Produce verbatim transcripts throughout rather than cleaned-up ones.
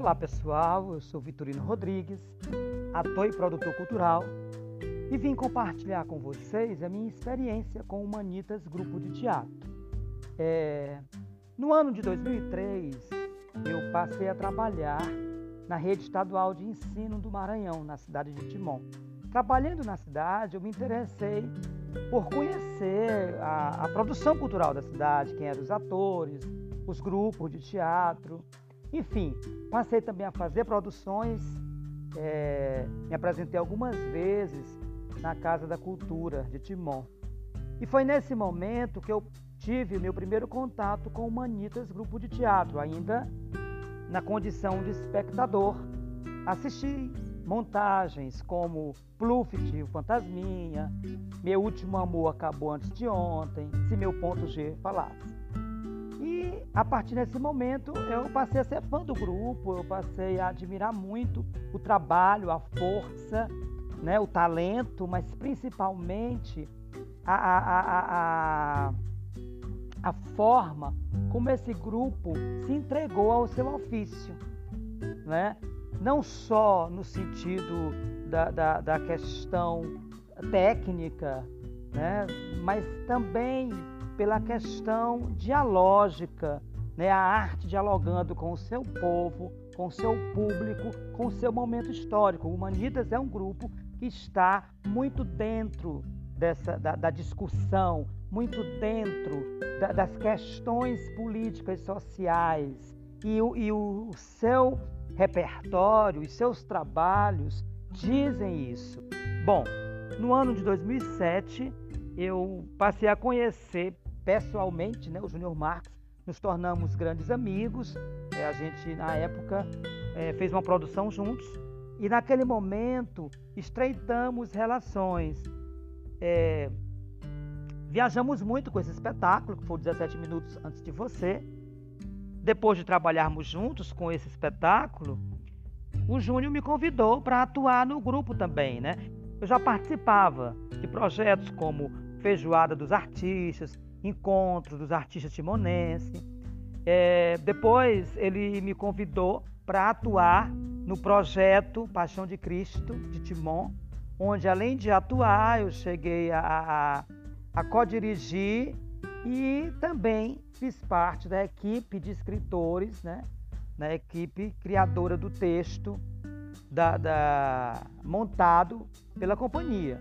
Olá pessoal, eu sou Vitorino Rodrigues, ator e produtor cultural, e vim compartilhar com vocês a minha experiência com o Humanitas Grupo de Teatro. É, no ano de dois mil e três, eu passei a trabalhar na Rede Estadual de Ensino do Maranhão, na cidade de Timon. Trabalhando na cidade, eu me interessei por conhecer a, a produção cultural da cidade, quem eram os atores, os grupos de teatro. Enfim, passei também a fazer produções, é, me apresentei algumas vezes na Casa da Cultura de Timon. E foi nesse momento que eu tive o meu primeiro contato com o Humanitas Grupo de Teatro, ainda na condição de espectador. Assisti montagens como Pluft, o Fantasminha, Meu Último Amor Acabou Antes de Ontem, Se Meu Ponto G Falasse. E a partir desse momento eu passei a ser fã do grupo, eu passei a admirar muito o trabalho, a força, né, o talento, mas principalmente a, a, a, a, a forma como esse grupo se entregou ao seu ofício, né? Não só no sentido da, da, da questão técnica, né, mas também pela questão dialógica, né? A arte dialogando com o seu povo, com o seu público, com o seu momento histórico. O Humanitas é um grupo que está muito dentro dessa, da, da discussão, muito dentro da, das questões políticas e sociais. E o, e o seu repertório e seus trabalhos dizem isso. Bom, no ano de dois mil e sete, eu passei a conhecer pessoalmente, né, o Júnior Marx, nos tornamos grandes amigos. É, a gente, na época, é, fez uma produção juntos e, naquele momento, estreitamos relações. É, viajamos muito com esse espetáculo, que foi dezessete minutos antes de você. Depois de trabalharmos juntos com esse espetáculo, o Júnior me convidou para atuar no grupo também, né? Eu já participava de projetos como Feijoada dos Artistas, Encontro dos Artistas Timonenses. É, depois ele me convidou para atuar no projeto Paixão de Cristo de Timon, onde, além de atuar, eu cheguei a, a, a co-dirigir e também fiz parte da equipe de escritores, né, na equipe criadora do texto da, da, montado pela companhia.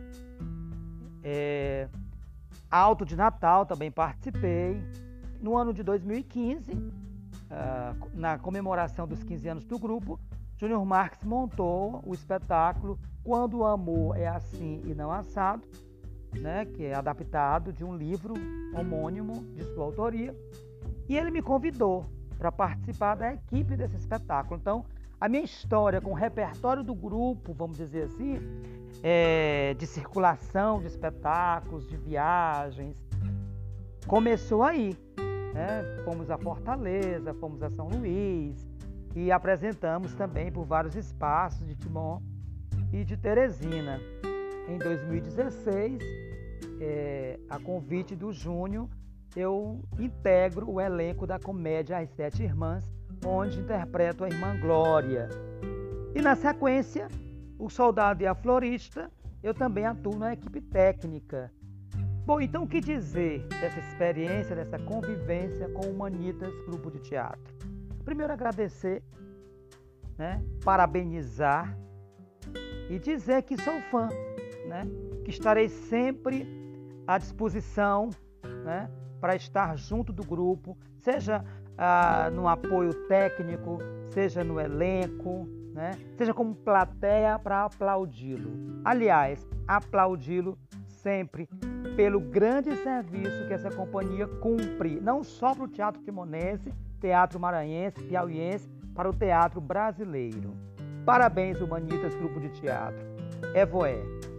É, Alto de Natal também participei. No ano de dois mil e quinze, uh, na comemoração dos quinze anos do grupo, Júnior Marx montou o espetáculo Quando o Amor é Assim e Não Assado, né, que é adaptado de um livro homônimo de sua autoria. E ele me convidou para participar da equipe desse espetáculo. Então, a minha história com o repertório do grupo, vamos dizer assim, é, de circulação de espetáculos, de viagens, começou aí, né? Fomos a Fortaleza, fomos a São Luís e apresentamos também por vários espaços de Timon e de Teresina. Em dois mil e dezesseis, é, a convite do Júnior, eu integro o elenco da comédia As Sete Irmãs, onde interpreto a irmã Glória. E na sequência, O Soldado e a Florista, eu também atuo na equipe técnica. Bom, então o que dizer dessa experiência, dessa convivência com o Humanitas Grupo de Teatro? Primeiro, agradecer, né, parabenizar e dizer que sou fã, né, que estarei sempre à disposição, né, para estar junto do grupo, seja ah, no apoio técnico, seja no elenco, né, seja como plateia para aplaudi-lo. Aliás, aplaudi-lo sempre pelo grande serviço que essa companhia cumpre, não só para o teatro timonense, teatro maranhense, piauiense, para o teatro brasileiro. Parabéns, Humanitas Grupo de Teatro. Evoé.